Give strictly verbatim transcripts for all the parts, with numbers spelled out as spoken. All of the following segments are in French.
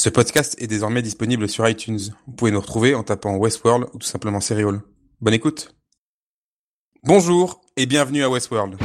Ce podcast est désormais disponible sur iTunes. Vous pouvez nous retrouver en tapant Westworld ou tout simplement Serial. Bonne écoute. Bonjour et bienvenue à Westworld.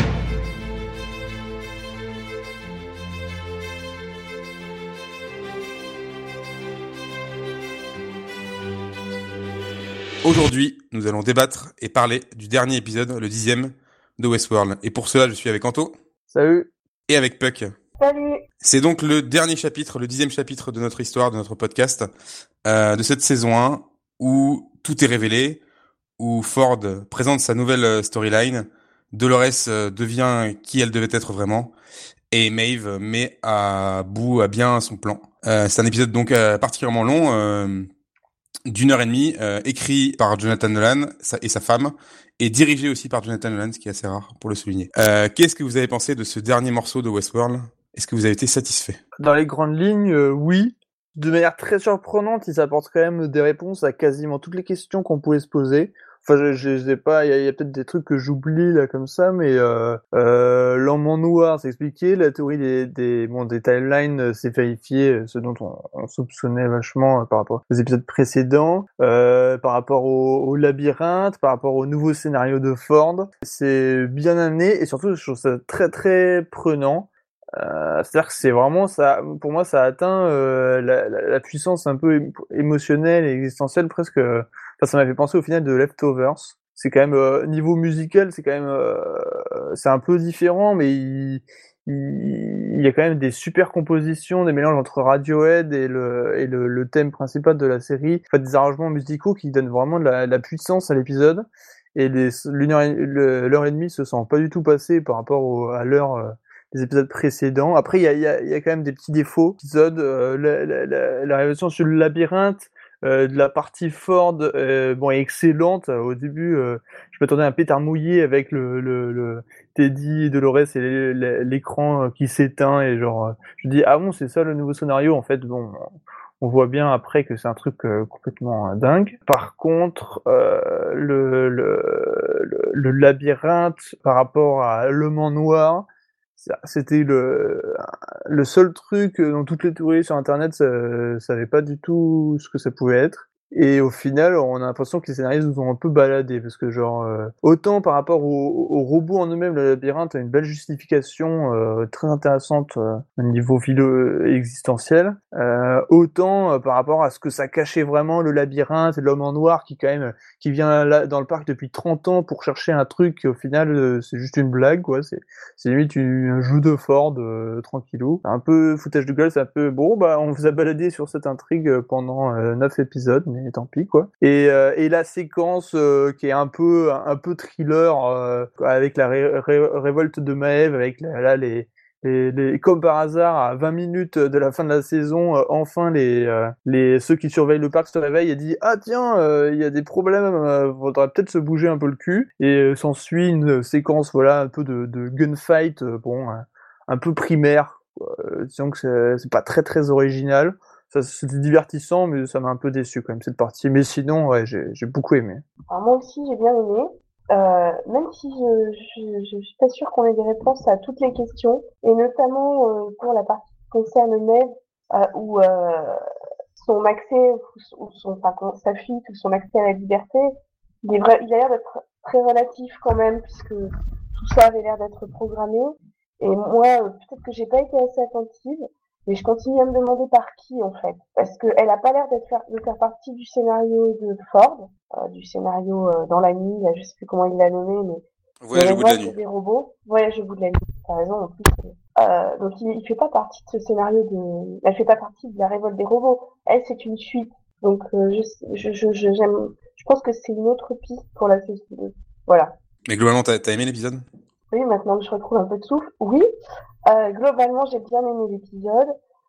Aujourd'hui, nous allons débattre et parler du dernier épisode, le dixième de Westworld. Et pour cela, je suis avec Anto. Salut. Et avec Puck. Salut. C'est donc le dernier chapitre, le dixième chapitre de notre histoire, de notre podcast, euh, de cette saison un, où tout est révélé, où Ford présente sa nouvelle storyline, Dolores devient qui elle devait être vraiment, et Maeve met à bout à bien son plan. Euh, c'est un épisode donc euh, particulièrement long, euh, d'une heure et demie, euh, écrit par Jonathan Nolan sa, et sa femme, et dirigé aussi par Jonathan Nolan, ce qui est assez rare pour le souligner. Euh, qu'est-ce que vous avez pensé de ce dernier morceau de Westworld ? Est-ce que vous avez été satisfait ? Dans les grandes lignes, euh, oui. De manière très surprenante, ils apportent quand même des réponses à quasiment toutes les questions qu'on pouvait se poser. Enfin, je, je, je sais pas, il y a, y a peut-être des trucs que j'oublie là comme ça, mais euh, euh, l'homme en noir, c'est expliqué. La théorie des, des, bon, des timelines, c'est vérifié, ce dont on, on soupçonnait vachement par rapport aux épisodes précédents, euh, par rapport au, au labyrinthe, par rapport au nouveau scénario de Ford. C'est bien amené et surtout, je trouve ça très très prenant. Euh, c'est-à-dire que c'est vraiment ça, pour moi, ça atteint euh, la, la, la puissance un peu é- émotionnelle et existentielle presque. Euh, enfin, ça m'a fait penser au final de Leftovers. C'est quand même euh, niveau musical, c'est quand même, euh, c'est un peu différent, mais il, il, il y a quand même des super compositions, des mélanges entre Radiohead et le et le, le thème principal de la série. En fait, des arrangements musicaux qui donnent vraiment de la, de la puissance à l'épisode. Et les, l'une heure et, le, l'heure et demie se sent pas du tout passée par rapport au, à l'heure. Euh, des épisodes précédents. Après, il y a, y, a, y a quand même des petits défauts. Épisode, euh, la, la, la, la révélation sur le labyrinthe, euh, de la partie Ford, euh, bon, est excellente. Au début, euh, je m'attendais à un pétard mouillé avec le, le, le Teddy et Dolores et l'écran qui s'éteint et genre, je dis ah bon, c'est ça le nouveau scénario. En fait, bon, on voit bien après que c'est un truc euh, complètement euh, dingue. Par contre, euh, le, le, le, le labyrinthe par rapport à l'homme en noir, c'était le le seul truc dans toutes les théories sur internet, ça savait pas du tout ce que ça pouvait être. Et au final, on a l'impression que les scénaristes nous ont un peu baladés, parce que genre, euh, autant par rapport au, au robot en eux-mêmes, le labyrinthe a une belle justification euh, très intéressante euh, au niveau philo existentiel, euh, autant euh, par rapport à ce que ça cachait vraiment le labyrinthe et l'homme en noir qui quand même qui vient là dans le parc depuis trente ans pour chercher un truc, au final euh, c'est juste une blague, quoi. C'est c'est limite une, un jeu de Ford euh, tranquillou, un peu foutage de gueule, c'est un peu bon, bah on vous a baladé sur cette intrigue pendant euh, neuf épisodes, mais tant pis, quoi. Et, euh, et la séquence euh, qui est un peu un peu thriller euh, avec la ré- ré- révolte de Maeve, avec la, là les les, les, comme par hasard, à vingt minutes de la fin de la saison, euh, enfin les, euh, les ceux qui surveillent le parc se réveillent et disent ah tiens, il euh, y a des problèmes, euh, faudrait peut-être se bouger un peu le cul. Et euh, s'ensuit une séquence voilà un peu de, de gunfight, euh, bon, euh, un peu primaire. Euh, disons que c'est, c'est pas très très original. Ça, c'était divertissant, mais ça m'a un peu déçu quand même cette partie. Mais sinon, ouais, j'ai, j'ai beaucoup aimé. Alors moi aussi, j'ai bien aimé. Euh, même si je, je, je suis pas sûre qu'on ait des réponses à toutes les questions, et notamment euh, pour la partie qui concerne Maeve, euh, où euh, son accès, ou son, enfin, sa fuite, ou son accès à la liberté, il, est vrai, il a l'air d'être très relatif quand même, puisque tout ça avait l'air d'être programmé. Et moi, euh, peut-être que j'ai pas été assez attentive, mais je continue à me demander par qui, en fait. Parce qu'elle a pas l'air d'être faire, de faire partie du scénario de Ford, euh, du scénario euh, dans la nuit, là, je sais plus comment il l'a nommé, mais Voyage au bout de la nuit. Des robots. Voyage au bout de la nuit, t'as raison, en plus. Euh, donc il, il fait pas partie de ce scénario de... Elle fait pas partie de la révolte des robots. Elle, c'est une suite. Donc euh, je, je, je, j'aime... je pense que c'est une autre piste pour la saison deux. Voilà. Mais globalement, t'as, t'as aimé l'épisode ? Oui, maintenant que je retrouve un peu de souffle, oui. Euh, globalement, j'ai bien aimé l'épisode.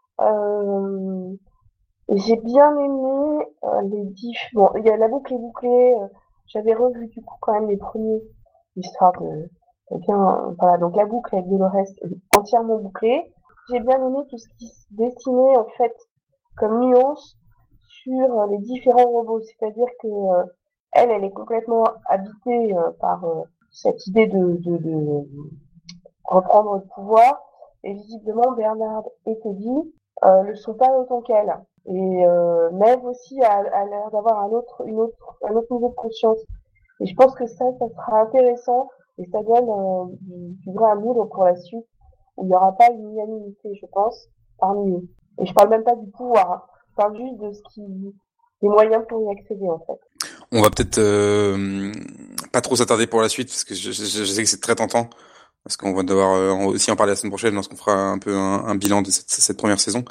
Euh, j'ai bien aimé euh, les diff. Bon, il y a la boucle est bouclée. Euh, j'avais revu du coup quand même les premiers, histoire de, de bien. Voilà, donc la boucle avec Dolores est entièrement bouclée. J'ai bien aimé tout ce qui se dessinait en fait comme nuance sur euh, les différents robots. C'est-à-dire que euh, elle, elle est complètement habitée euh, par euh, cette idée de, de, de reprendre le pouvoir. Et visiblement, Bernard et Teddy euh, le sont pas autant qu'elle. Et euh, Maeve aussi a, a l'air d'avoir un autre, une autre, un autre niveau de conscience. Et je pense que ça, ça sera intéressant et ça donne euh, du, du grain à moudre pour la suite où il n'y aura pas une unanimité, je pense, parmi eux. Et je parle même pas du pouvoir, hein. Je parle juste de ce qui, des moyens pour y accéder en fait. On va peut-être euh, pas trop s'attarder pour la suite parce que je, je, je sais que c'est très tentant. Parce qu'on va devoir euh, aussi en parler la semaine prochaine lorsqu'on fera un peu un, un bilan de cette, cette première saison.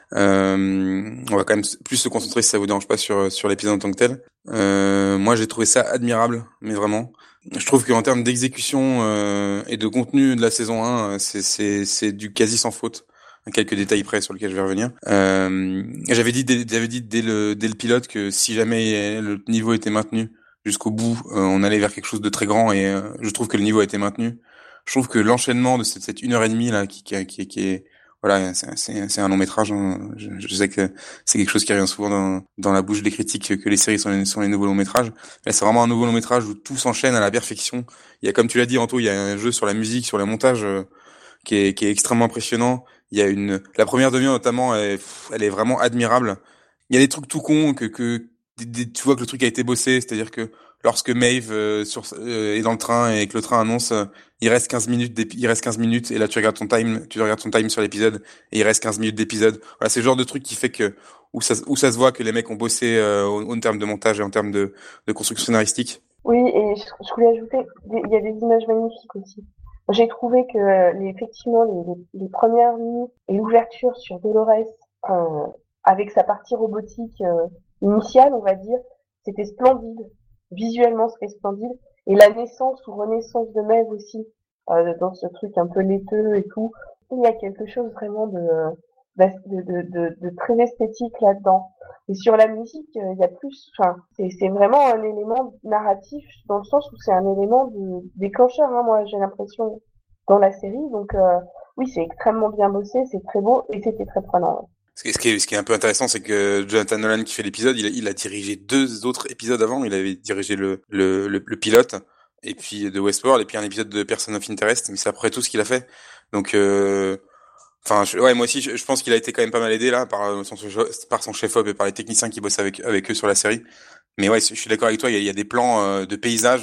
Euh, on va quand même plus se concentrer, si ça vous dérange pas, sur sur l'épisode en tant que tel. Euh, moi, j'ai trouvé ça admirable, mais vraiment. Je trouve qu'en termes d'exécution euh, et de contenu de la saison un, c'est c'est c'est du quasi sans faute. Quelques détails près sur lesquels je vais revenir. Euh, j'avais dit, dès, j'avais dit dès le dès le pilote que si jamais le niveau était maintenu jusqu'au bout, euh, on allait vers quelque chose de très grand et euh, je trouve que le niveau a été maintenu. Je trouve que l'enchaînement de cette, cette une heure et demie là, qui, qui, qui, qui est voilà, c'est, c'est, c'est un long métrage. Hein. Je, je sais que c'est quelque chose qui revient souvent dans, dans la bouche des critiques que les séries sont les, sont les nouveaux longs métrages. Là, c'est vraiment un nouveau long métrage où tout s'enchaîne à la perfection. Il y a, comme tu l'as dit, Anto, il y a un jeu sur la musique, sur le montage euh, qui est, qui est extrêmement impressionnant. Il y a une, la première demi-heure notamment, elle, elle est vraiment admirable. Il y a des trucs tout cons que, que des, des, tu vois que le truc a été bossé, c'est-à-dire que lorsque Maeve euh, sur, euh, est dans le train et que le train annonce euh, il reste quinze minutes il reste quinze minutes et là tu regardes ton time tu regardes ton time sur l'épisode et il reste quinze minutes d'épisode. Voilà, c'est le genre de truc qui fait que où ça où ça se voit que les mecs ont bossé euh, en, en termes de montage et en termes de de construction scénaristique. Oui, et je, je voulais ajouter, il y a des images magnifiques aussi. J'ai trouvé que euh, les, effectivement les, les, les premières minutes et l'ouverture sur Dolores euh, avec sa partie robotique euh, initiale, on va dire, c'était splendide. Visuellement, c'était splendide. Et la naissance ou renaissance de Maeve aussi, euh, dans ce truc un peu laiteux et tout, il y a quelque chose vraiment de, de, de, de, de très esthétique là-dedans. Et sur la musique, il euh, y a plus, enfin, c'est, c'est vraiment un élément narratif dans le sens où c'est un élément de, déclencheur, hein, moi j'ai l'impression dans la série. Donc euh, oui, c'est extrêmement bien bossé, c'est très beau et c'était très prenant. Ouais. Ce qui, est, ce qui est un peu intéressant, c'est que Jonathan Nolan qui fait l'épisode, il a, il a dirigé deux autres épisodes avant. Il avait dirigé le, le, le, le pilote et puis de Westworld et puis un épisode de Person of Interest, mais c'est après tout ce qu'il a fait. Donc euh, Enfin, je, ouais, moi aussi, je, je pense qu'il a été quand même pas mal aidé là par son par son chef-op et par les techniciens qui bossent avec avec eux sur la série. Mais ouais, je suis d'accord avec toi. Il y a, il y a des plans euh, de paysages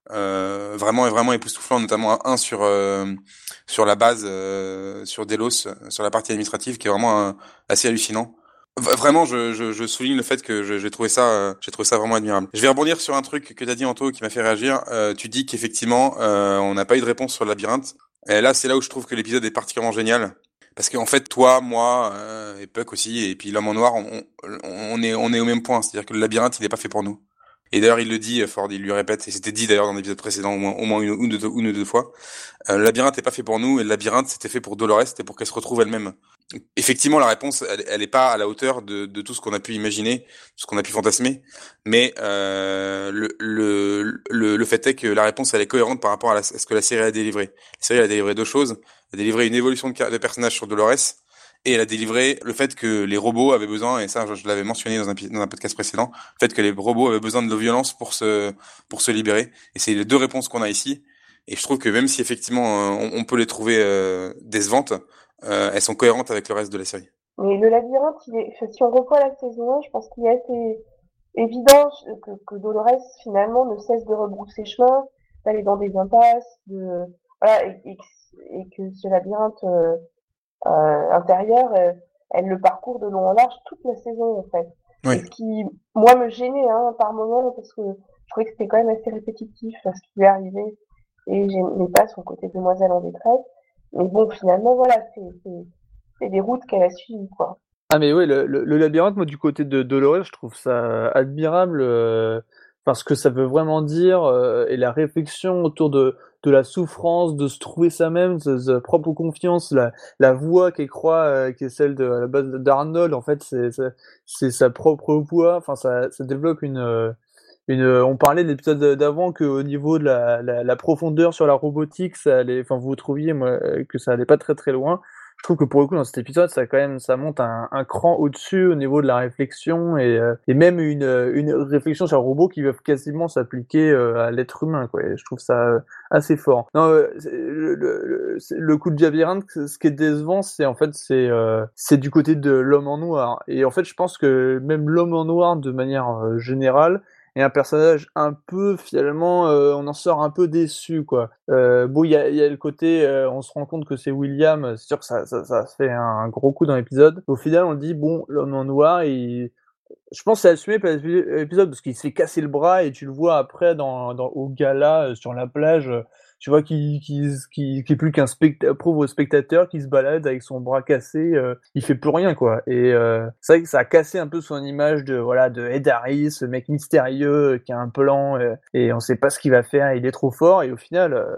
euh, vraiment vraiment époustouflants, notamment un sur euh, sur la base euh, sur Delos, sur la partie administrative, qui est vraiment euh, assez hallucinant. V- Vraiment, je, je, je souligne le fait que je- j'ai trouvé ça, euh, j'ai trouvé ça vraiment admirable. Je vais rebondir sur un truc que t'as dit, Anto, qui m'a fait réagir. Euh, tu dis qu'effectivement, euh, on n'a pas eu de réponse sur le labyrinthe. Et là, c'est là où je trouve que l'épisode est particulièrement génial. Parce qu'en fait, toi, moi, euh, et Puck aussi, et puis l'homme en noir, on, on, on est, on est au même point. C'est-à-dire que le labyrinthe, il n'est pas fait pour nous. Et d'ailleurs, il le dit, Ford, il lui répète, et c'était dit d'ailleurs dans l'épisode précédent au moins, au moins une, une, deux, une ou deux fois. Euh, le labyrinthe n'est pas fait pour nous, et le labyrinthe, c'était fait pour Dolores, c'était pour qu'elle se retrouve elle-même. Effectivement, la réponse, elle, elle est pas à la hauteur de, de tout ce qu'on a pu imaginer, ce qu'on a pu fantasmer, mais euh, le, le, le, le fait est que la réponse, elle est cohérente par rapport à, la, à ce que la série a délivré. La série elle a délivré deux choses. Elle a délivré une évolution de, de personnage sur Dolores, et elle a délivré le fait que les robots avaient besoin, et ça, je, je l'avais mentionné dans un, dans un podcast précédent, le fait que les robots avaient besoin de violence pour se, pour se libérer. Et c'est les deux réponses qu'on a ici. Et je trouve que même si effectivement on, on peut les trouver euh, décevantes, euh, elles sont cohérentes avec le reste de la série. Mais le labyrinthe, il est, si on revoit la saison un, je pense qu'il est assez évident que, que Dolores finalement ne cesse de rebrousser chemin, d'aller dans des impasses, de voilà, et, et, et que ce labyrinthe euh, euh, intérieur, euh, elle le parcourt de long en large toute la saison en fait. Oui. Et ce qui, moi, me gênait hein, par moments parce que je trouvais que c'était quand même assez répétitif ce qui lui arrivait et j'aimais pas son côté demoiselle en détresse. Mais bon, finalement, voilà, c'est, c'est, c'est des routes qu'elle a suivies, quoi. Ah mais oui, le, le, le labyrinthe, moi du côté de Dolores, je trouve ça admirable euh, parce que ça veut vraiment dire euh, et la réflexion autour de de la souffrance, de se trouver soi-même, de sa propre confiance, la la voix qu'elle croit euh, qui est celle de à la base d'Arnold, en fait c'est c'est, c'est sa propre voix. Enfin ça ça développe une euh, une. On parlait de l'épisode d'avant que au niveau de la, la la profondeur sur la robotique, ça allait. Enfin vous trouviez moi que ça allait pas très très loin. je trouve que pour le coup dans cet épisode, ça quand même, ça monte un, un cran au-dessus au niveau de la réflexion et, euh, et même une, une réflexion sur un robot qui va quasiment s'appliquer euh, à l'être humain, quoi. Et je trouve ça euh, assez fort. Non, euh, le, le, le, le coup de labyrinthe, ce qui est décevant, c'est en fait c'est euh, c'est du côté de l'homme en noir. Et en fait, je pense que même l'homme en noir, de manière euh, générale, et un personnage un peu finalement euh, on en sort un peu déçu quoi. Euh, bon il y a, y a le côté euh, on se rend compte que c'est William, c'est sûr que ça ça ça fait un gros coup dans l'épisode. Au final on dit bon l'homme en noir il je pense que c'est assumé par l'épisode parce qu'il se fait casser le bras et tu le vois après dans, dans au gala euh, sur la plage, euh, tu vois qu'il qu'il qu'il qu'il est plus qu'un spectateur, pauvre spectateur qui se balade avec son bras cassé, euh, il fait plus rien quoi. Et euh, c'est vrai que ça a cassé un peu son image de voilà de Ed Harris, ce mec mystérieux euh, qui a un plan euh, et on sait pas ce qu'il va faire, il est trop fort et au final euh,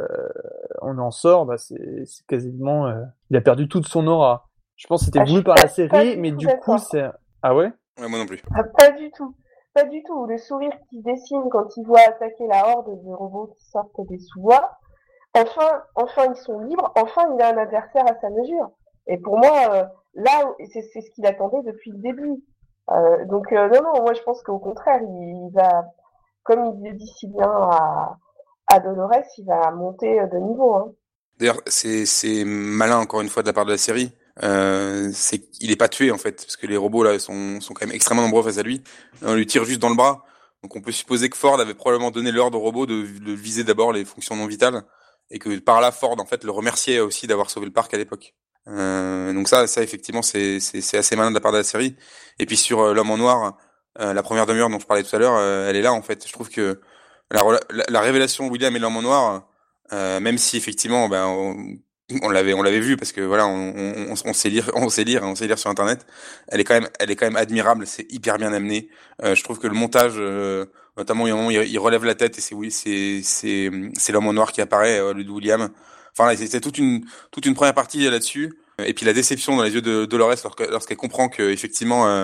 on en sort, bah c'est, c'est quasiment euh, il a perdu toute son aura. Je pense que c'était Ah, je voulu suis par pas, la pas série, du mais tout du coup d'accord. c'est ah ouais. Ouais, moi non plus. Ah, pas du tout. Pas du tout. Le sourire qui se dessine quand il voit attaquer la horde de robots qui sortent des sous-bois. Enfin, enfin ils sont libres. Enfin, il a un adversaire à sa mesure. Et pour moi, euh, là, c'est, c'est ce qu'il attendait depuis le début. Euh, donc euh, non, non, moi je pense qu'au contraire, il, il va, comme il le dit si bien à, à Dolores, il va monter de niveau. Hein. D'ailleurs, c'est c'est malin encore une fois de la part de la série. Euh, c'est qu'il est pas tué en fait, parce que les robots là sont sont quand même extrêmement nombreux face à lui. On lui tire juste dans le bras, donc on peut supposer que Ford avait probablement donné l'ordre au robot de, de viser d'abord les fonctions non vitales, et que par là Ford en fait le remerciait aussi d'avoir sauvé le parc à l'époque. Euh, donc ça, ça effectivement c'est c'est c'est assez malin de la part de la série. Et puis sur euh, l'homme en noir, euh, la première demi-heure dont je parlais tout à l'heure, euh, elle est là en fait. Je trouve que la, rela- la, la révélation William et l'homme en noir. Euh, même si effectivement, ben, on, on l'avait, on l'avait vu parce que voilà, on, on, on sait lire, on sait lire, on sait lire sur Internet. Elle est quand même, elle est quand même admirable. C'est hyper bien amené. Euh, je trouve que le montage, euh, notamment, il y a un moment, il, il relève la tête et c'est oui, c'est c'est c'est l'homme en noir qui apparaît, euh, le de William. Enfin, là, c'est c'est toute une toute une première partie là-dessus. Et puis la déception dans les yeux de Dolores lorsque- lorsqu'elle comprend que effectivement, euh,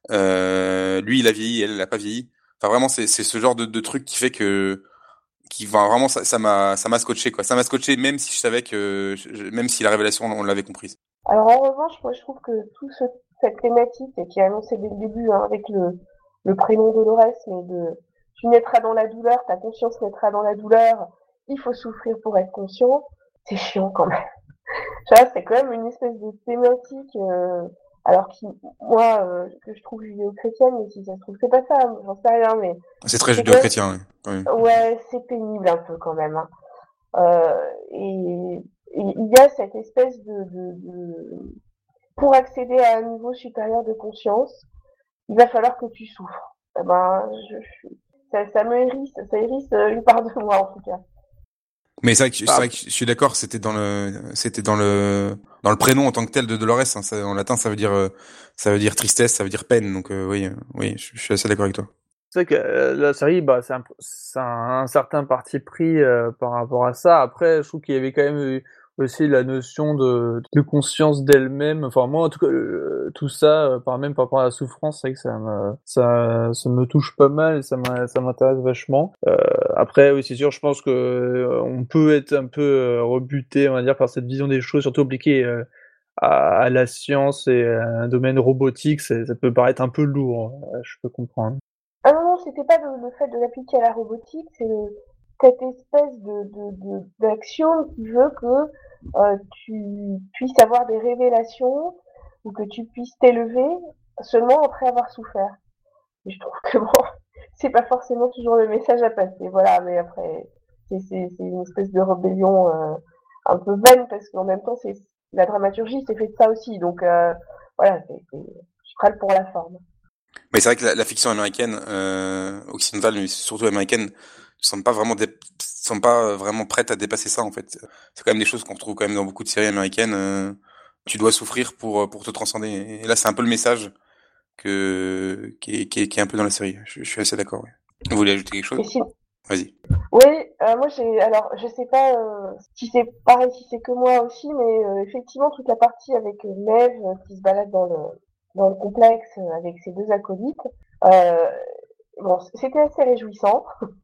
euh, lui, il a vieilli, elle, elle a pas vieilli. Enfin, vraiment, c'est c'est ce genre de, de truc qui fait que qui va vraiment ça ça m'a ça m'a scotché quoi, ça m'a scotché même si je savais que je, même si la révélation on l'avait comprise. Alors en revanche, moi je trouve que tout ce, cette thématique et qui est annoncée dès le début hein, avec le, le prénom Dolores, mais de tu naîtras dans la douleur, ta conscience naîtra dans la douleur, il faut souffrir pour être conscient, c'est chiant quand même. Tu vois, c'est quand même une espèce de thématique, euh, alors qui, moi, euh, que je trouve judéo-chrétienne, mais si ça se trouve c'est pas ça, j'en sais rien, mais C'est très c'est quand même, judéo-chrétien, ouais. Ouais. ouais, c'est pénible un peu quand même. Hein. Euh, et et il y a cette espèce de, de, de pour accéder à un niveau supérieur de conscience, il va falloir que tu souffres. Eh ben, je, je, ça, ça me hérisse, ça hérisse une part de moi en tout cas. Mais c'est vrai que c'est Ah, vrai que je suis d'accord, c'était dans le c'était dans le dans le prénom en tant que tel de Dolores, hein, ça, en latin ça veut dire euh, ça veut dire tristesse, ça veut dire peine, donc euh, oui euh, oui je, je suis assez d'accord avec toi. c'est vrai que euh, la série, bah, c'est un, c'est un, un certain parti pris euh, par rapport à ça. Après, je trouve qu'il y avait quand même eu aussi la notion de, de conscience d'elle-même. Enfin, moi, en tout cas, euh, tout ça, euh, par même par rapport à la souffrance, c'est vrai que ça me, ça, ça me touche pas mal et ça m'a- ça m'intéresse vachement. Euh, après, oui, c'est sûr, je pense que euh, on peut être un peu euh, rebuté, on va dire, par cette vision des choses, surtout appliquée euh, à, à la science et à un domaine robotique. C'est- Ça peut paraître un peu lourd. euh, Je peux comprendre. Ah non, non, c'était pas le, le fait de l'appliquer à la robotique, c'est le, cette espèce de, de, de, d'axiome qui veut que euh, tu puisses avoir des révélations ou que tu puisses t'élever seulement après avoir souffert. Et je trouve que bon, c'est pas forcément toujours le message à passer. Voilà, mais après, c'est, c'est, c'est une espèce de rébellion euh, un peu vaine parce qu'en même temps, c'est la dramaturgie, c'est fait de ça aussi. Donc euh, voilà, c'est, c'est, je prends pour la forme. Mais c'est vrai que la, la fiction américaine euh, occidentale mais surtout américaine ne semble pas vraiment dé- semble pas vraiment prête à dépasser ça en fait. C'est quand même des choses qu'on retrouve quand même dans beaucoup de séries américaines. Euh, tu dois souffrir pour pour te transcender. Et là c'est un peu le message que qui est, qui est, qui est un peu dans la série. Je, je suis assez d'accord. Ouais. Vous voulez ajouter quelque Et chose? si, Vas-y. oui, euh, moi j'ai alors je sais pas euh, si c'est pareil si c'est que moi aussi mais euh, effectivement toute la partie avec euh, Maeve euh, qui se balade dans le dans le complexe euh, avec ses deux acolytes euh, bon c'était assez réjouissant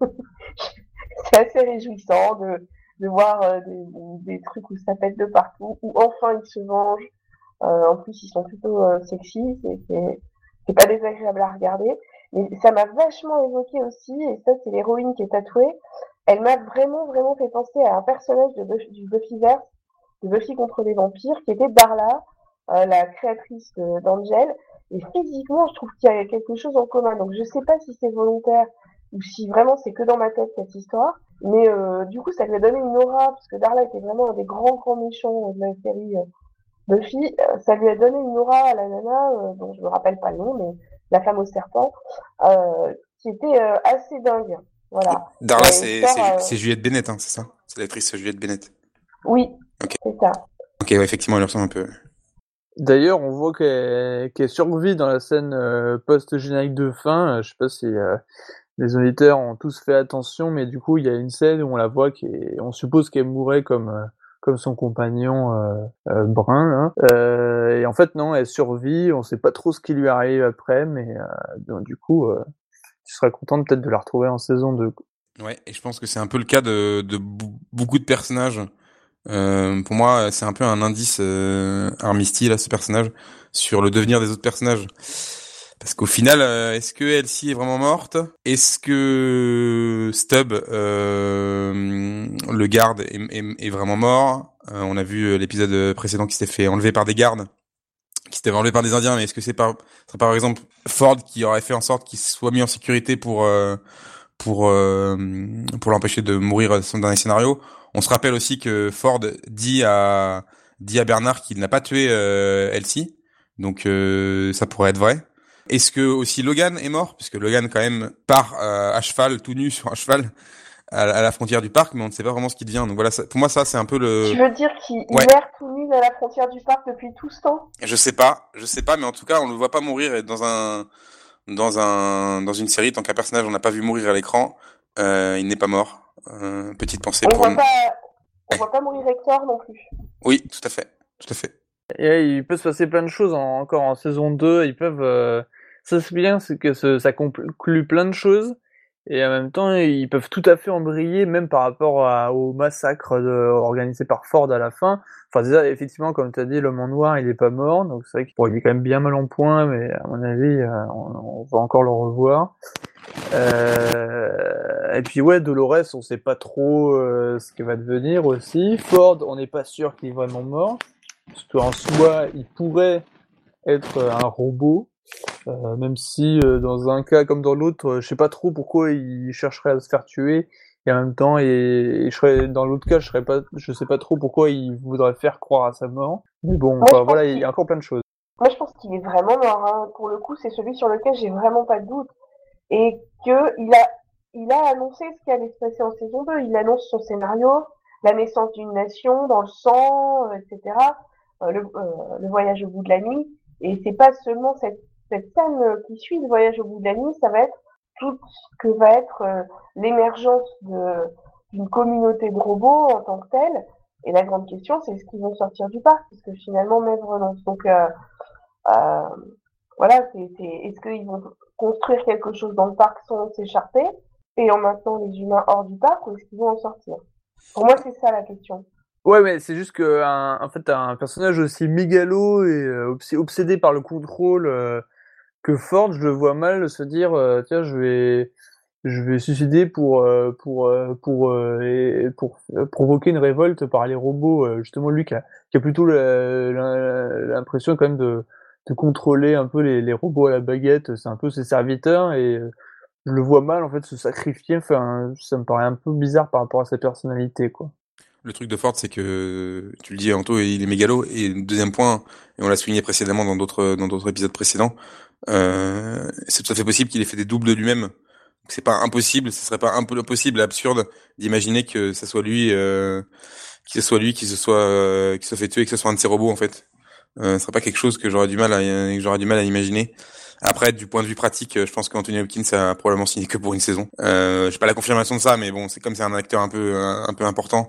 c'est assez réjouissant de de voir euh, des, des trucs où ça pète de partout où enfin ils se vengent Euh, en plus, ils sont plutôt euh, sexy, c'est, c'est, c'est pas désagréable à regarder. Mais ça m'a vachement évoqué aussi, et ça, c'est l'héroïne qui est tatouée. Elle m'a vraiment, vraiment fait penser à un personnage de Buffy, du Buffyverse, de Buffy contre les vampires, qui était Darla, euh, la créatrice de- d'Angel. Et physiquement, je trouve qu'il y a quelque chose en commun. Donc, je sais pas si c'est volontaire ou si vraiment c'est que dans ma tête cette histoire. Mais euh, du coup, ça lui a donné une aura, parce que Darla était vraiment un des grands, grands méchants de la série euh, Buffy. Euh, ça lui a donné une aura à la nana, euh, dont je me rappelle pas le nom, mais la femme au serpent, euh, qui était euh, assez dingue. Voilà. Darla, Et c'est sort, c'est Ju- euh, c'est Juliette Bennett, hein, c'est ça? C'est l'actrice Juliette Bennett. oui, Ok, c'est ça. ok, ouais, effectivement, elle lui ressemble un peu. D'ailleurs, on voit qu'elle qu'elle survit dans la scène euh, post-générique de fin. Euh, Je sais pas si euh, les auditeurs ont tous fait attention, mais du coup, il y a une scène où on la voit qui est, on suppose qu'elle mourrait comme euh, comme son compagnon euh, euh, brun. Hein. Euh, et en fait, non, elle survit. On sait pas trop ce qui lui arrive après, mais euh, donc, du coup, euh, tu serais content peut-être de la retrouver en saison deux. Ouais, et je pense que c'est un peu le cas de, de bou- beaucoup de personnages. Euh, pour moi, c'est un peu un indice euh, Armistice, là, ce personnage, sur le devenir des autres personnages. Parce qu'au final, euh, est-ce que Elsie est vraiment morte? Est-ce que Stubb, euh, le garde, est, est, est vraiment mort? Euh, on a vu euh, l'épisode précédent qui s'était fait enlever par des gardes, qui s'était fait enlever par des Indiens, mais est-ce que c'est par, c'est par exemple Ford qui aurait fait en sorte qu'il soit mis en sécurité pour... Euh, pour euh, pour l'empêcher de mourir dans les scénarios. On se rappelle aussi que Ford dit à dit à Bernard qu'il n'a pas tué euh, Elsie, donc euh, ça pourrait être vrai. Est-ce que aussi Logan est mort, puisque Logan quand même part euh, à cheval, tout nu sur un cheval à, à la frontière du parc, mais on ne sait pas vraiment ce qu'il devient. Donc voilà, ça, pour moi ça c'est un peu Tu le veux dire qu'il ouais. erre tout nu à la frontière du parc depuis tout ce temps? Je sais pas, je sais pas, mais en tout cas on le voit pas mourir dans un dans un dans une série tant qu'un personnage on n'a pas vu mourir à l'écran, euh, il n'est pas mort. Euh, petite pensée On pour voit nous. pas, on Ouais. voit pas mourir Hector non plus. Oui, tout à fait, tout à fait. Et il peut se passer plein de choses en- encore en saison deux. Ils peuvent, euh, ça c'est bien, c'est que ce- ça conclut plein de choses. Et en même temps, ils peuvent tout à fait embrayer, même par rapport à- au massacre de, organisé par Ford à la fin. Enfin, déjà, effectivement, comme tu as dit, l'homme en noir, il est pas mort. Donc c'est vrai qu'il bon, il est quand même bien mal en point, mais à mon avis, euh, on, on va encore le revoir. Euh, et puis ouais, Dolores, on sait pas trop euh, ce qu'elle va devenir aussi. Ford, on n'est pas sûr qu'il est vraiment mort. Parce qu'en soi, il pourrait être un robot, euh, même si euh, dans un cas comme dans l'autre, euh, je sais pas trop pourquoi il chercherait à se faire tuer. Et en même temps, et, et je serais dans l'autre cas, je serais pas, je sais pas trop pourquoi il voudrait faire croire à sa mort. Mais bon, Moi, je enfin pense voilà, il y qu'il, a encore plein de choses. moi, je pense qu'il est vraiment mort, hein. Pour le coup, c'est celui sur lequel j'ai vraiment pas de doute. Et que il a, il a annoncé ce qui allait se passer en saison deux. Il annonce son scénario, la naissance d'une nation dans le sang, euh, et cetera. Euh, le, euh, le voyage au bout de la nuit. Et c'est pas seulement cette, cette scène euh, qui suit le voyage au bout de la nuit, ça va être tout ce que va être euh, l'émergence de, d'une communauté de robots en tant que telle. Et la grande question, c'est est-ce qu'ils vont sortir du parc, parce que finalement, Maeve renonce. Donc, euh, euh, voilà, c'est, c'est, est-ce qu'ils vont construire quelque chose dans le parc sans s'écharper et en maintenant les humains hors du parc, ou est-ce qu'ils vont en sortir? Pour moi, c'est ça la question. Ouais, mais c'est juste que un, en fait, un personnage aussi mégalo et euh, obs- obsédé par le contrôle euh, que Ford, je le vois mal se dire, euh, tiens, je vais je vais suicider pour euh, pour euh, pour euh, et pour euh, provoquer une révolte par les robots. Euh, justement, lui qui a, qui a plutôt la- la- l'impression quand même de de contrôler un peu les, les robots à la baguette. C'est un peu ses serviteurs et euh, je le vois mal en fait se sacrifier. Enfin, ça me paraît un peu bizarre par rapport à sa personnalité, quoi. Le truc de Ford, c'est que tu le dis, Anto, il est mégalo. Et deuxième point, et on l'a souligné précédemment dans d'autres dans d'autres épisodes précédents, euh, c'est tout à fait possible qu'il ait fait des doubles de lui-même. Donc c'est pas impossible, ce serait pas un peu impossible, absurde d'imaginer que ça soit lui, euh, que ce soit lui qui se soit euh, qui se fait tuer, que ce soit un de ses robots en fait. Euh, ce serait pas quelque chose que j'aurais du mal à que j'aurais du mal à imaginer. Après, du point de vue pratique, je pense qu'Anthony Hopkins a probablement signé que pour une saison. Euh, j'ai pas la confirmation de ça, mais bon, c'est comme c'est un acteur un peu un, un peu important.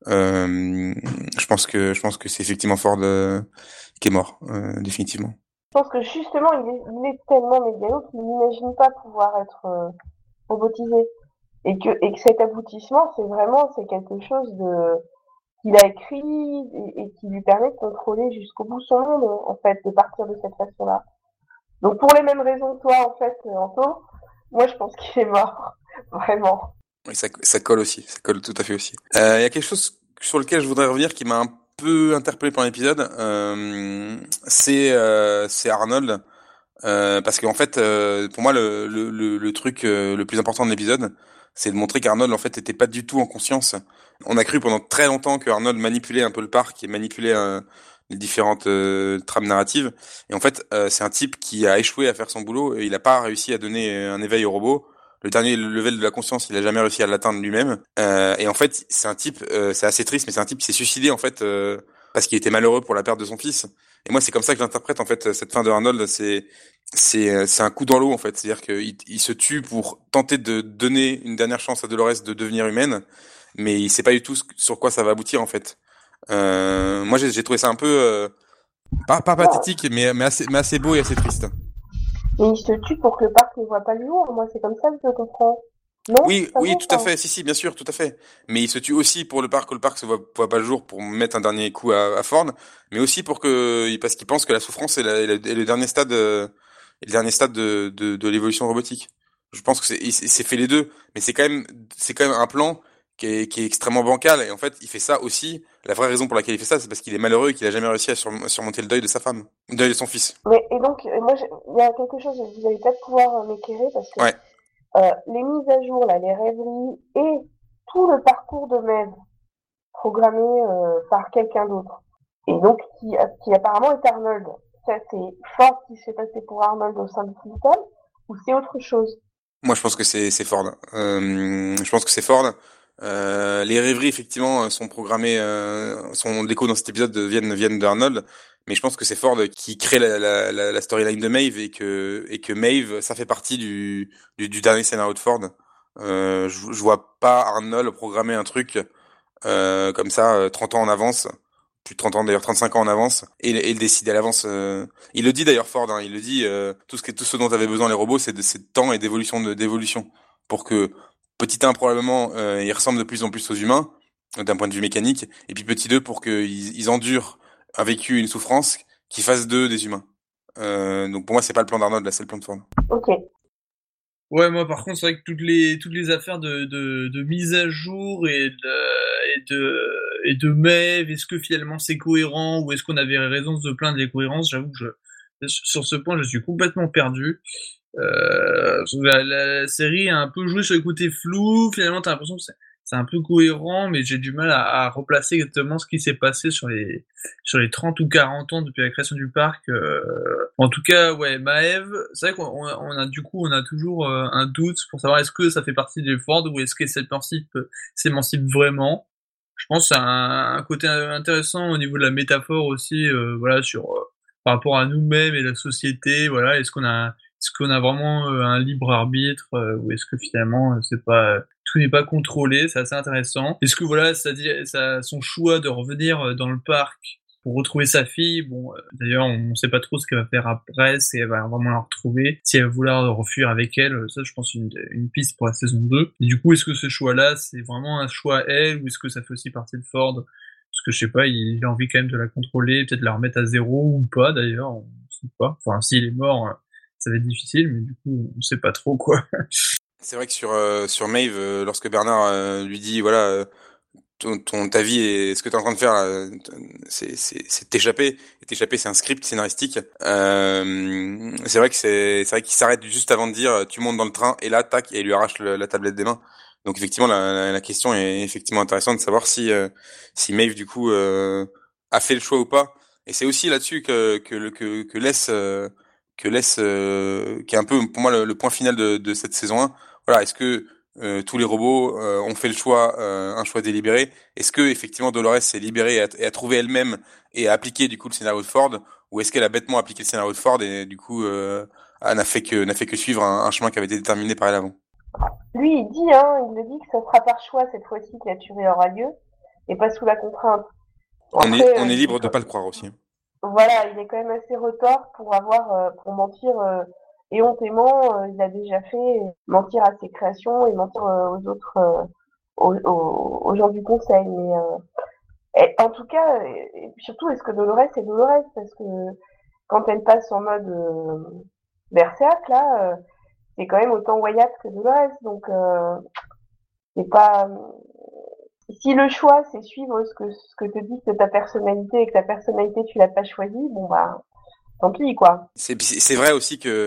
Euh, je pense que je pense que c'est effectivement Ford euh, qui est mort, euh, définitivement. Je pense que justement, il est, il est tellement mégalo qu'il n'imagine pas pouvoir être euh, robotisé. Et que, et que cet aboutissement, c'est vraiment, c'est quelque chose de, qu'il a écrit et, et qui lui permet de contrôler jusqu'au bout son monde, en fait, de partir de cette façon-là. Donc pour les mêmes raisons que toi, en fait, Anto, moi je pense qu'il est mort, vraiment. Oui, ça, ça colle aussi, ça colle tout à fait aussi. Il euh, y a quelque chose sur lequel je voudrais revenir qui m'a un peu interpellé pendant l'épisode, euh, c'est euh, c'est Arnold, euh, parce qu'en fait, euh, pour moi, le, le, le, le truc euh, le plus important de l'épisode, c'est de montrer qu'Arnold en fait était pas du tout en conscience. On a cru pendant très longtemps que Arnold manipulait un peu le parc et manipulait euh, les différentes euh, trames narratives. Et en fait, euh, c'est un type qui a échoué à faire son boulot. Et il a pas réussi à donner un éveil au robot. Le dernier level de la conscience, il a jamais réussi à l'atteindre lui-même. Euh, et en fait, c'est un type, euh, c'est assez triste, mais c'est un type qui s'est suicidé en fait euh, parce qu'il était malheureux pour la perte de son fils. Et moi, c'est comme ça que j'interprète en fait cette fin de Arnold. C'est c'est c'est un coup dans l'eau en fait. C'est-à-dire qu'il il se tue pour tenter de donner une dernière chance à Dolores de devenir humaine, mais il sait pas du tout sur quoi ça va aboutir en fait. Euh, moi, j'ai, j'ai trouvé ça un peu euh, pas pas pathétique, mais mais assez mais assez beau et assez triste. Mais il se tue pour que le parc ne voit pas le jour. Moi, c'est comme ça que je le comprends. Non, Oui, pas oui, bon, tout ça. à fait. Si, si, bien sûr, tout à fait. Mais il se tue aussi pour le parc, que le parc se voit, voit pas le jour pour mettre un dernier coup à, à Ford, mais aussi pour que, parce qu'il pense que la souffrance est, la, est, la, est le dernier stade, euh, est le dernier stade de, de, de l'évolution robotique. Je pense que c'est, il, c'est fait les deux, mais c'est quand même, c'est quand même un plan qui est, qui est extrêmement bancal. Et en fait, il fait ça aussi. La vraie raison pour laquelle il fait ça, c'est parce qu'il est malheureux et qu'il a jamais réussi à sur, surmonter le deuil de sa femme, le deuil de son fils. Mais, et donc, euh, moi, je- il y a quelque chose, vous allez peut-être pouvoir euh, m'éclairer parce que Ouais. euh, les mises à jour, là, les rêveries et tout le parcours de Maeve programmé euh, par quelqu'un d'autre, et donc qui, qui apparemment est Arnold. Ça, c'est fort qui s'est passé pour Arnold au sein du système, ou c'est autre chose? Moi, je pense que c'est c'est Ford. Euh, je pense que c'est Ford. Euh, les rêveries, effectivement, sont programmées, euh, sont l'écho dans cet épisode viennent viennent d'Arnold, mais je pense que c'est Ford qui crée la, la, la, la storyline de Maeve et que et que Maeve, ça fait partie du du, du dernier scénario de Ford. Euh, je, je vois pas Arnold programmer un truc euh, comme ça, euh, trente ans en avance, plus de trente ans d'ailleurs, trente-cinq ans en avance, et, et le décider à l'avance. Euh... Il le dit d'ailleurs Ford, hein, il le dit, euh, tout ce que tout ce dont avaient besoin les robots, c'est de, c'est de temps et d'évolution, de, d'évolution, pour que petit un probablement, euh, ils ressemblent de plus en plus aux humains d'un point de vue mécanique, et puis petit deux pour qu'ils ils endurent un vécu, une souffrance qui fasse d'eux des humains. Euh, donc pour moi, c'est pas le plan d'Arnold, là, c'est le plan de Ford. Ok. Ouais, moi par contre, c'est vrai que toutes les toutes les affaires de de, de mise à jour et de et de et de Maeve, est-ce que finalement c'est cohérent ou est-ce qu'on avait raison de se plaindre des cohérences? J'avoue que je sur ce point, je suis complètement perdu. Euh, la, la série a un peu joué sur le côté flou. Finalement, t'as l'impression que c'est c'est un peu cohérent, mais j'ai du mal à, à replacer exactement ce qui s'est passé sur les sur les trente ou quarante ans depuis la création du parc. Euh, en tout cas, ouais, Maeve, c'est vrai qu'on on a, on a du coup on a toujours euh, un doute pour savoir est-ce que ça fait partie des Ford ou est-ce que cette principe s'émancipe vraiment. Je pense que c'est un, un côté intéressant au niveau de la métaphore aussi, euh, voilà, sur euh, par rapport à nous-mêmes et la société. Voilà, est-ce qu'on a est-ce qu'on a vraiment euh, un libre arbitre euh, ou est-ce que finalement euh, c'est pas tout n'est pas contrôlé? C'est assez intéressant. Est-ce que voilà, ça dit ça son choix de revenir dans le parc pour retrouver sa fille. Bon, euh, d'ailleurs, on ne sait pas trop ce qu'elle va faire après, si elle va vraiment la retrouver, si elle va vouloir refuir avec elle. Ça, je pense, une, une piste pour la saison deux. Et du coup, est-ce que ce choix-là, c'est vraiment un choix à elle, ou est-ce que ça fait aussi partie de Ford? Parce que je sais pas, il a envie quand même de la contrôler, peut-être la remettre à zéro ou pas, d'ailleurs, on sait pas. Enfin, s'il est mort, ça va être difficile, mais du coup, on sait pas trop, quoi. C'est vrai que sur euh, sur Maeve, euh, lorsque Bernard euh, lui dit voilà, euh, ton, ton ta vie et ce que t'es en train de faire, là, c'est c'est c'est t'échapper. Et t'échapper, c'est un script scénaristique. Euh, c'est vrai que c'est c'est vrai qu'il s'arrête juste avant de dire tu montes dans le train et là tac et il lui arrache le, la tablette des mains. Donc effectivement la, la, la question est effectivement intéressante de savoir si euh, si Maeve du coup euh, a fait le choix ou pas. Et c'est aussi là-dessus que que le que que laisse euh, que laisse euh, qui est un peu pour moi le, le point final de de cette saison un. Voilà, est-ce que euh, tous les robots euh, ont fait le choix, euh, un choix délibéré? Est-ce que effectivement Dolores s'est libérée et a, et a trouvé elle-même et a appliqué du coup le scénario de Ford, ou est-ce qu'elle a bêtement appliqué le scénario de Ford et du coup euh, n'a fait que n'a fait que suivre un, un chemin qui avait été déterminé par elle avant? Lui, il dit, hein, il le dit que ça sera par choix cette fois-ci que la tuerie aura lieu et pas sous la contrainte. Bon, on après, est on euh, est libre est de pas le croire aussi. Voilà, il est quand même assez retors pour avoir euh, pour mentir euh, éhontément. Euh, il a déjà fait mentir à ses créations et mentir euh, aux autres, euh, aux, aux, aux gens du conseil. Mais euh, Et, en tout cas, et, et surtout, est-ce que Dolores est Dolores? Parce que quand elle passe en mode euh, Berserk, là, euh, c'est quand même autant Wyatt que Dolores. Donc, euh, c'est pas... Si le choix, c'est suivre ce que, ce que te dit de ta personnalité et que ta personnalité, tu l'as pas choisie, bon bah, tant pis, quoi. C'est c'est vrai aussi que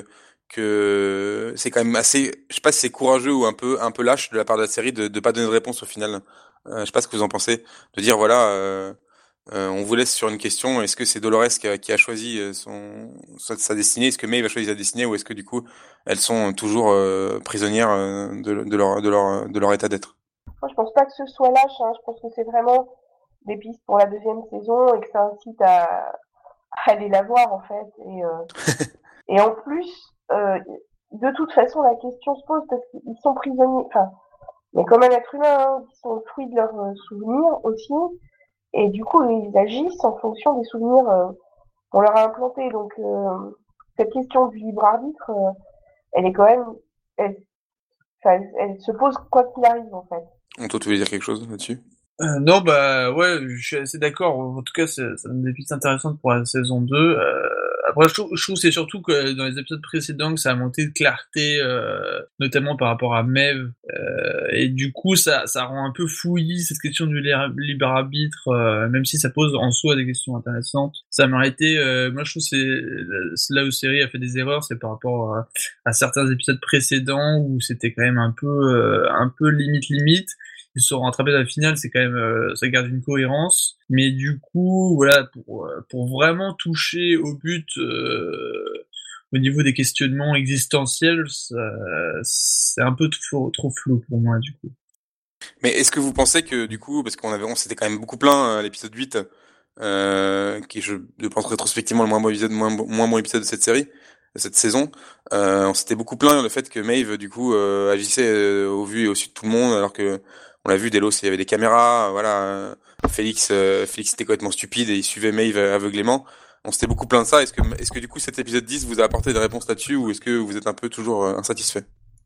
que c'est quand même assez, je sais pas si c'est courageux ou un peu un peu lâche de la part de la série de de pas donner de réponse au final. Euh, je sais pas ce que vous en pensez, de dire voilà, euh, euh, on vous laisse sur une question. Est-ce que c'est Dolores qui a, qui a choisi euh, son sa, sa destinée? Est-ce que Maeve a choisi sa destinée ou est-ce que du coup elles sont toujours euh, prisonnières euh, de, de leur de leur de leur état d'être? Moi, je pense pas que ce soit lâche, hein. Je pense que c'est vraiment des pistes pour la deuxième saison et que ça incite à, à aller la voir, en fait. Et, euh, et en plus, euh, de toute façon, la question se pose parce qu'ils sont prisonniers. Enfin, il y a comme un être humain hein, qui sont le fruit de leurs euh, souvenirs aussi. Et du coup, ils agissent en fonction des souvenirs euh, qu'on leur a implantés. Donc, euh, cette question du libre arbitre, euh, elle est quand même... Elle, enfin, elle, elle se pose quoi qu'il arrive, en fait. Anto, tu voulais dire quelque chose là-dessus? Euh, non, bah ouais, je suis assez d'accord. En tout cas, c'est- ça donne des pistes intéressantes pour la saison deux. Euh, après, je trouve, je trouve que c'est surtout que dans les épisodes précédents que ça a monté de clarté, euh, notamment par rapport à Maeve. Euh, et du coup, ça, ça rend un peu fouillis cette question du li- libre arbitre, euh, même si ça pose en soi des questions intéressantes. Ça m'a été, euh, moi je trouve que c'est c'est là où la série a fait des erreurs, c'est par rapport à, à certains épisodes précédents où c'était quand même un peu, euh, un peu limite limite. Ils se sont rattrapés dans la finale, c'est quand même, euh, ça garde une cohérence. Mais du coup, voilà, pour pour vraiment toucher au but euh, au niveau des questionnements existentiels, ça, c'est un peu trop, trop flou pour moi du coup. Mais est-ce que vous pensez que du coup, parce qu'on avait, on s'était quand même beaucoup plaint à l'épisode huit, euh, qui je, je pense rétrospectivement le moins bon épisode, moins, bon- moins bon épisode de cette série, de cette saison, euh, on s'était beaucoup plaint le fait que Maeve du coup euh, agissait euh, au vu et au su de tout le monde, alors que on l'a vu, Delos, il y avait des caméras, voilà, euh, Félix, euh, Félix était complètement stupide et il suivait Maeve aveuglément. On s'était beaucoup plaint de ça. Est-ce que, est-ce que du coup cet épisode dix vous a apporté des réponses là-dessus ou est-ce que vous êtes un peu toujours euh, insatisfait?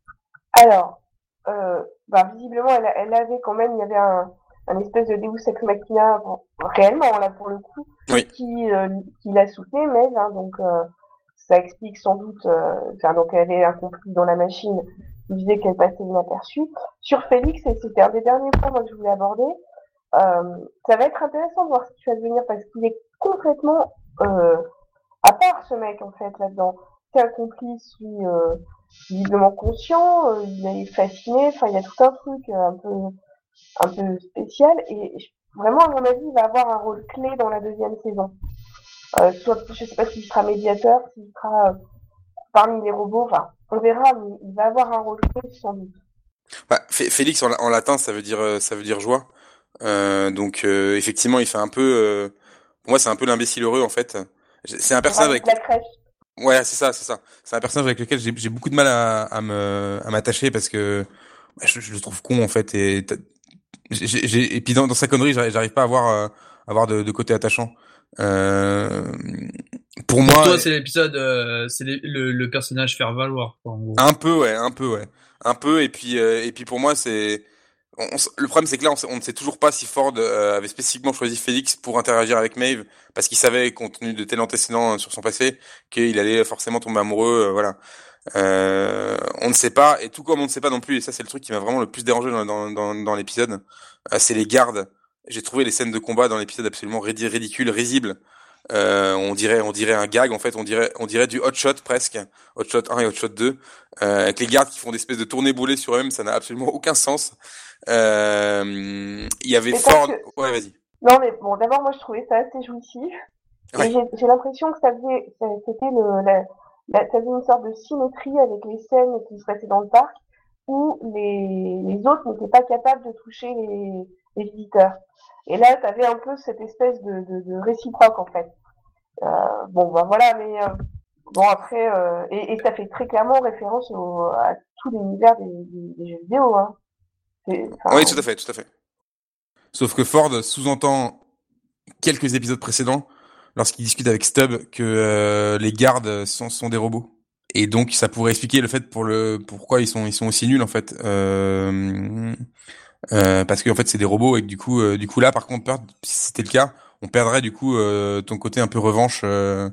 Alors, euh, bah, visiblement, elle, elle avait quand même, il y avait un, un espèce de Deus ex machina, bon, réellement, là, pour le coup, Oui. qui, euh, qui la soutenait, mais, hein, donc, euh, ça explique sans doute, euh, enfin, donc, elle avait un complice dans la machine qui disait qu'elle passait inaperçue. Sur Félix, et c'était un des derniers points, moi, que je voulais aborder, euh, ça va être intéressant de voir ce qu'il va devenir parce qu'il est complètement, euh, à part ce mec, en fait, là-dedans. C'est un complice, lui, euh, visiblement conscient, euh, il est fasciné, enfin, il y a tout un truc euh, un peu, un peu spécial, et je- vraiment, à mon avis, il va avoir un rôle clé dans la deuxième saison. Euh, soit, je sais pas s'il sera médiateur, s'il sera euh, parmi les robots, enfin, on verra, mais il va avoir un rôle clé sans doute. Bah, Fé- Félix en, en latin, ça veut dire, euh, ça veut dire joie. Euh, donc euh, effectivement, il fait un peu. Euh, pour moi, c'est un peu l'imbécile heureux en fait. C'est un Il personnage rajoute avec. la crèche. Ouais, c'est ça, c'est ça. C'est un personnage avec lequel j'ai j'ai beaucoup de mal à, à me à m'attacher parce que bah, je, je le trouve con en fait et t'as- j'ai j'ai- et puis dans, dans sa connerie, j'arrive j'arrive pas à avoir euh, à avoir de, de côté attachant. Euh, pour Pour moi, toi, c'est l'épisode, euh, c'est les- le, le personnage faire valoir, quoi, en gros. un peu ouais, un peu ouais, un peu et puis euh, et puis pour moi c'est On- on s- le problème, c'est que là, on, sait- on ne sait toujours pas si Ford euh, avait spécifiquement choisi Félix pour interagir avec Maeve, parce qu'il savait, compte tenu de tel antécédent euh, sur son passé, qu'il allait forcément tomber amoureux. Euh, voilà. Euh, on ne sait pas, et tout comme on ne sait pas non plus, et ça, c'est le truc qui m'a vraiment le plus dérangé dans, dans, dans, dans l'épisode, euh, c'est les gardes. J'ai trouvé les scènes de combat dans l'épisode absolument ridi- ridicules, risibles. Euh, on dirait, on dirait un gag en fait, on dirait, on dirait du hot shot presque, hot shot un et hot shot deux, euh, avec les gardes qui font des espèces de tournées boulées sur eux-mêmes, ça n'a absolument aucun sens. Euh, il y avait Mais parce Ford. que, Ouais, vas-y. non, mais bon, d'abord, moi, je trouvais ça assez jouissif. Ouais. Et j'ai j'ai l'impression que ça faisait, ça- c'était le, la, la, ça faisait une sorte de symétrie avec les scènes qui se passaient dans le parc où les, les autres n'étaient pas capables de toucher les, les visiteurs. Et là, tu avais un peu cette espèce de, de, de réciproque, en fait. Euh, bon, ben voilà, mais euh, bon, après, euh, et, et ça fait très clairement référence au, à tout l'univers des, des, des jeux vidéo. Hein. C'est, Oui, enfin, tout à fait, tout à fait. Sauf que Ford sous-entend quelques épisodes précédents lorsqu'il discute avec Stubb que euh, les gardes sont, sont des robots. Et donc ça pourrait expliquer le fait pour le pourquoi ils sont ils sont aussi nuls en fait. Euh, euh, parce qu'en fait c'est des robots et que du coup, euh, du coup là par contre, peur, si c'était le cas, on perdrait du coup euh, ton côté un peu revanche euh,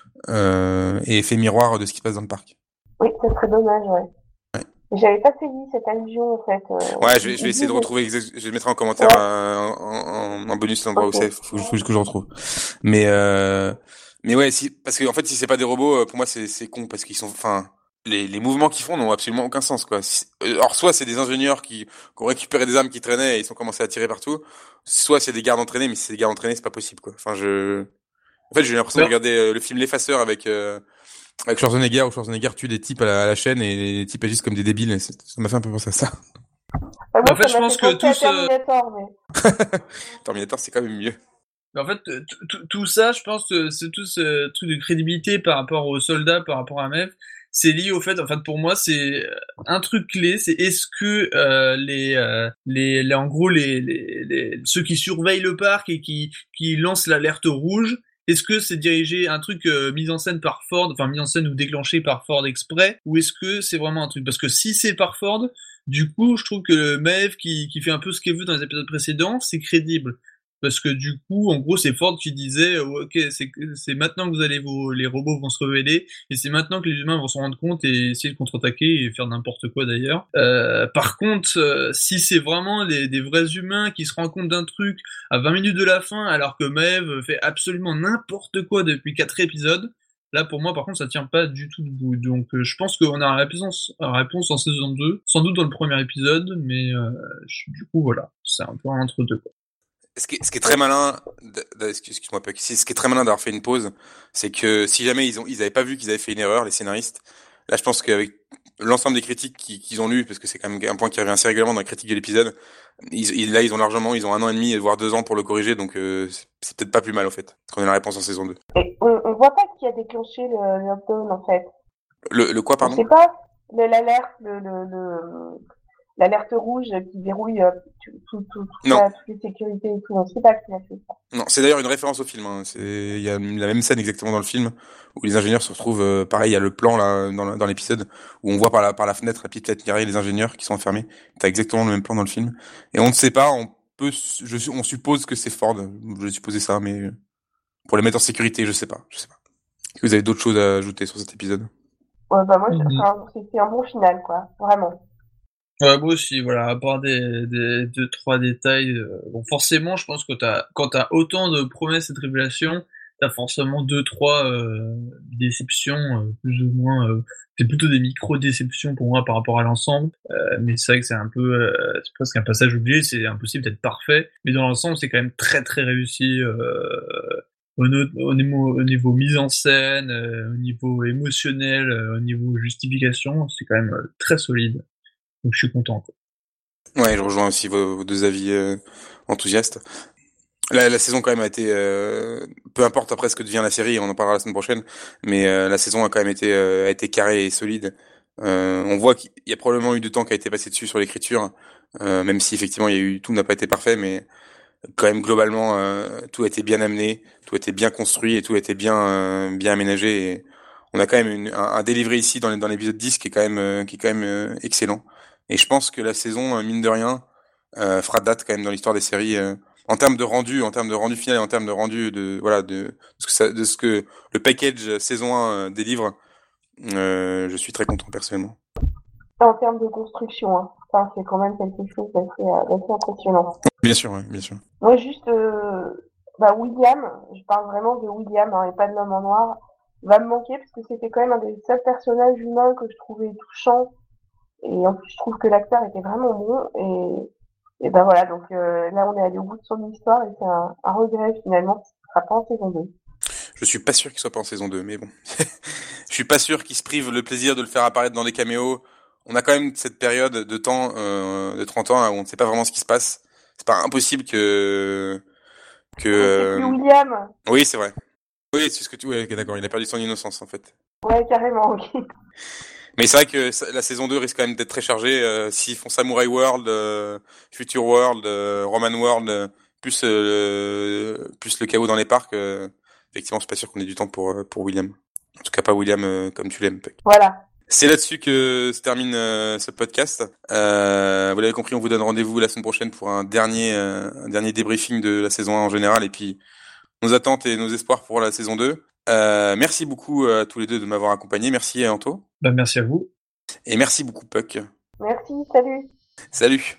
euh, et effet miroir de ce qui se passe dans le parc. Oui, ça serait dommage, ouais. Ouais. J'avais pas saisi cette allusion, en fait. Euh, Ouais, je vais, je vais du essayer de coup, retrouver, exa- je le mettrai en commentaire ouais, euh, en, en, en bonus l'endroit où ok. c'est, faut, faut juste que je retrouve. Mais euh, mais ouais, si, parce que en fait, si c'est pas des robots, euh, pour moi c'est c'est con parce qu'ils sont, enfin, les les mouvements qu'ils font n'ont absolument aucun sens quoi. Si- euh, Alors soit c'est des ingénieurs qui, qui ont récupéré des armes qui traînaient et ils sont commencés à tirer partout, soit c'est des gardes entraînés, mais si c'est des gardes entraînés, c'est pas possible quoi. Enfin je, en fait j'ai eu l'impression de Non. regarder euh, le film L'Effaceur avec euh, avec Schwarzenegger où Schwarzenegger tue des types à la, à la chaîne et les types agissent comme des débiles. Et c'est- ça m'a fait un peu penser à ça. Enfin, Mais moi, en fait, ça je m'a pense fait que penser tout à ce, Terminator, mais... Terminator c'est quand même mieux. Mais en fait, t- t- tout ça, je pense que c'est tout ce truc de crédibilité par rapport aux soldats, par rapport à Mev, c'est lié au fait, en fait, pour moi, c'est un truc clé, c'est est-ce que euh, les, euh, les, les, en gros, les, les, les, ceux qui surveillent le parc et qui, qui lancent l'alerte rouge, est-ce que c'est dirigé un truc euh, mis en scène par Ford, enfin mis en scène ou déclenché par Ford exprès, ou est-ce que c'est vraiment un truc? Parce que si c'est par Ford, du coup, je trouve que Mev qui, qui fait un peu ce qu'il veut dans les épisodes précédents, c'est crédible. Parce que du coup, en gros, c'est Ford qui disait, euh, ok, c'est c'est maintenant que vous allez vous, les robots vont se révéler, et c'est maintenant que les humains vont se rendre compte et essayer de contre-attaquer et faire n'importe quoi d'ailleurs. Euh, par contre, euh, si c'est vraiment des, des vrais humains qui se rendent compte d'un truc à vingt minutes de la fin, alors que Maeve fait absolument n'importe quoi depuis quatre épisodes, là pour moi, par contre, ça tient pas du tout debout. Donc, euh, je pense qu'on a la réponse, la réponse en saison deux, sans doute dans le premier épisode, mais euh, je- du coup, voilà, c'est un peu un entre deux. Quoi. Ce qui, est, ce qui est très malin, d- d- excuse-moi, Puck, ce qui est très malin d'avoir fait une pause, c'est que si jamais ils ont, ils avaient pas vu qu'ils avaient fait une erreur, les scénaristes, là, je pense qu'avec l'ensemble des critiques qu'ils qu'ils ont lues, parce que c'est quand même un point qui revient assez régulièrement dans la critique de l'épisode, ils, ils- là, ils ont largement, ils ont un an et demi, voire deux ans pour le corriger, donc euh, c'est c'est peut-être pas plus mal, au fait, qu'on ait la réponse en saison deux. Et on, on voit pas qui a déclenché le, le lockdown, en fait. Le, le quoi, On pardon? sait pas le- l'alerte, le, le, le, l'alerte rouge qui verrouille euh, tout, tout, tout, toute Non. la, toutes les sécurités et tout. On sait pas qui a fait ça. Non, c'est d'ailleurs une référence au film. Hein. C'est, il y a la même scène exactement dans le film où les ingénieurs se retrouvent. Euh, pareil, il y a le plan là dans, dans l'épisode où on voit par la par la fenêtre la petite fenêtre mirée les ingénieurs qui sont enfermés. T'as exactement le même plan dans le film. Et on ne sait pas. On peut, je, on suppose que c'est Ford. Je vais supposer ça, mais pour les mettre en sécurité, je sais pas. Je sais pas. Est-ce que vous avez d'autres choses à ajouter sur cet épisode? Ouais, bah moi, je- Mhm. enfin, c'était un bon final, quoi. Vraiment. Ouais, moi aussi, voilà, à part des, des deux, trois détails, euh, bon, forcément, je pense que t'as, quand t'as autant de promesses et de révélations, t'as forcément deux, trois, euh, déceptions, euh, plus ou moins, euh, c'est plutôt des micro-déceptions pour moi par rapport à l'ensemble, euh, mais c'est vrai que c'est un peu, euh, c'est presque un passage oublié, c'est impossible d'être parfait, mais dans l'ensemble, c'est quand même très, très réussi, euh, au, no- au niveau, au niveau mise en scène, euh, au niveau émotionnel, euh, au niveau justification, c'est quand même euh, très solide. Donc je suis content. Quoi. Ouais, je rejoins aussi vos, vos deux avis euh, enthousiastes. La, la saison quand même a été, euh, peu importe après ce que devient la série, on en parlera la semaine prochaine, mais euh, la saison a quand même été, euh, a été carrée et solide. Euh, on voit qu'il y a probablement eu du temps qui a été passé dessus sur l'écriture, euh, même si effectivement il y a eu tout n'a pas été parfait, mais quand même globalement euh, tout a été bien amené, tout a été bien construit et tout a été bien, euh, bien aménagé. Et on a quand même une, un, un délivré ici dans, les- dans l'épisode dix qui est quand même, euh, qui est quand même euh, excellent. Et je pense que la saison, euh, mine de rien, euh, fera date quand même dans l'histoire des séries. Euh, en termes de rendu, en termes de rendu final et en termes de rendu de voilà de, de ce que ça, de ce que le package saison un euh, délivre, euh, je suis très content personnellement. En termes de construction, hein. Enfin, c'est quand même quelque chose d'assez, euh, d'assez impressionnant. Bien sûr, ouais, bien sûr. Moi, juste, euh, bah, William, je parle vraiment de William, hein, et pas de l'homme en noir, va me manquer parce que c'était quand même un des seuls personnages humains que je trouvais touchant. Et en plus, je trouve que l'acteur était vraiment bon. Et, et ben voilà, donc euh, là, on est allé au bout de son histoire et c'est un, un regret finalement qu'il ne sera pas en saison deux. Je suis pas sûr qu'il soit pas en saison deux, mais bon. Je suis pas sûr qu'il se prive le plaisir de le faire apparaître dans des caméos. On a quand même cette période de temps, euh, de trente ans, où on ne sait pas vraiment ce qui se passe. C'est pas impossible que... que Mais c'est plus euh... William. Oui, c'est vrai. Oui, c'est ce que tu... Ouais, ok, d'accord, il a perdu son innocence, en fait. Ouais, carrément, ok. Mais c'est vrai que ça- la saison deux risque quand même d'être très chargée. Euh, s'ils font Samurai World, euh, Future World, euh, Roman World, euh, plus, euh, plus le chaos dans les parcs, euh, effectivement, c'est pas sûr qu'on ait du temps pour, euh, pour William. En tout cas, pas William euh, comme tu l'aimes, Puck. Voilà. C'est là-dessus que se termine euh, ce podcast. Euh, vous l'avez compris, on vous donne rendez-vous la semaine prochaine pour un dernier, euh, un dernier débriefing de la saison un en général et puis nos attentes et nos espoirs pour la saison deux. Euh, merci beaucoup à tous les deux de m'avoir accompagné. Merci Anto. Bah, merci à vous. Et merci beaucoup Puck. Merci, salut. Salut.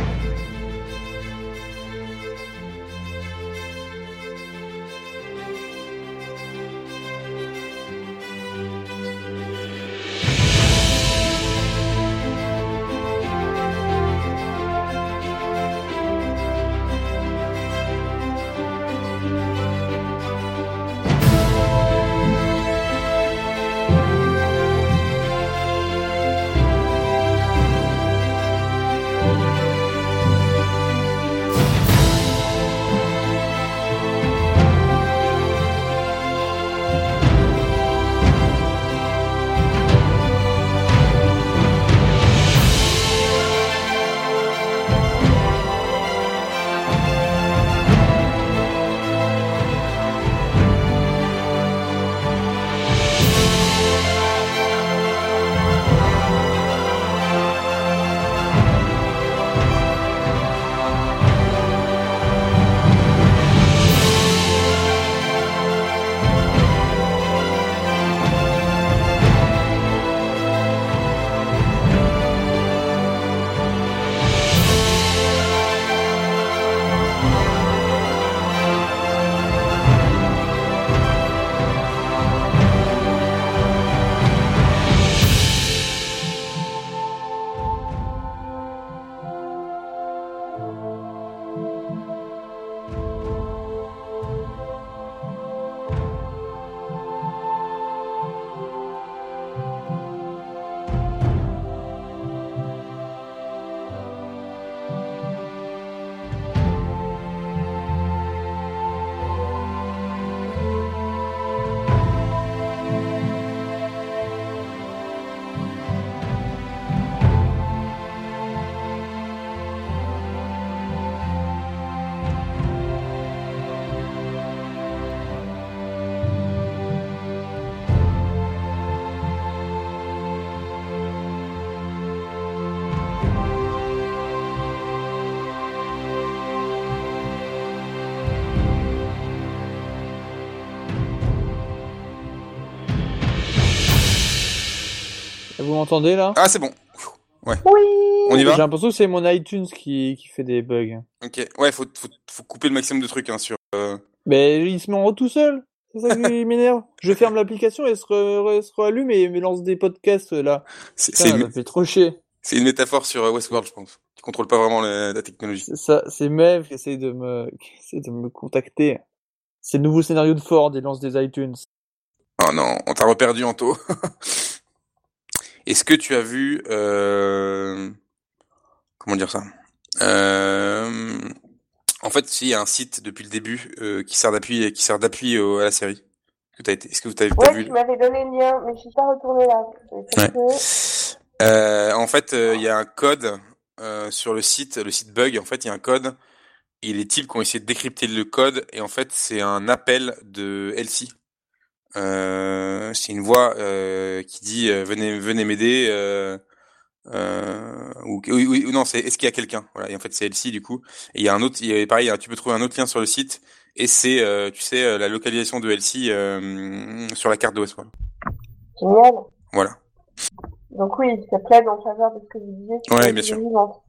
Vous m'entendez là? Ah, c'est bon. Ouais. Oui. On y va? J'ai l'impression que c'est mon iTunes qui, qui fait des bugs. Ok. Ouais, faut, faut, faut couper le maximum de trucs hein, sur. Euh... Mais il se met en haut tout seul. C'est ça qui m'énerve. Je ferme l'application et elle se, re, re, se rallume et me lance des podcasts là. C'est, Putain, c'est ça une... me fait trop chier. C'est une métaphore sur euh, Westworld, je pense. Tu contrôles pas vraiment la, la technologie. C'est ça, c'est Mev qui essaye de me, qui essaye de me contacter. C'est le nouveau scénario de Ford, il lance des iTunes. Oh non, on t'a reperdu Anto. Est-ce que tu as vu euh... comment dire ça euh... En fait, si, il y a un site depuis le début euh, qui sert d'appui, qui sert d'appui au, à la série. Que t'as été... Est-ce que t'as, t'as Ouais, vu tu m'avais donné le lien, mais je suis pas retournée là. Ouais. Euh, en fait, il euh, y a un code euh, sur le site, le site bug. En fait, il y a un code. Et les types qui ont essayé de décrypter le code, et en fait, c'est un appel de Elsie. Euh, c'est une voix euh, qui dit euh, venez, venez m'aider. Euh, euh, ou, ou, ou non, c'est est-ce qu'il y a quelqu'un. Voilà. Et en fait, c'est Elsie du coup. Et il y a un autre. Il y a, pareil, tu peux trouver un autre lien sur le site. Et c'est, euh, tu sais, la localisation de Elsie euh, sur la carte de Westworld. Génial. Voilà. Donc oui, ça plaide en faveur de ce que vous disiez. Ouais, bien sûr. Vivante.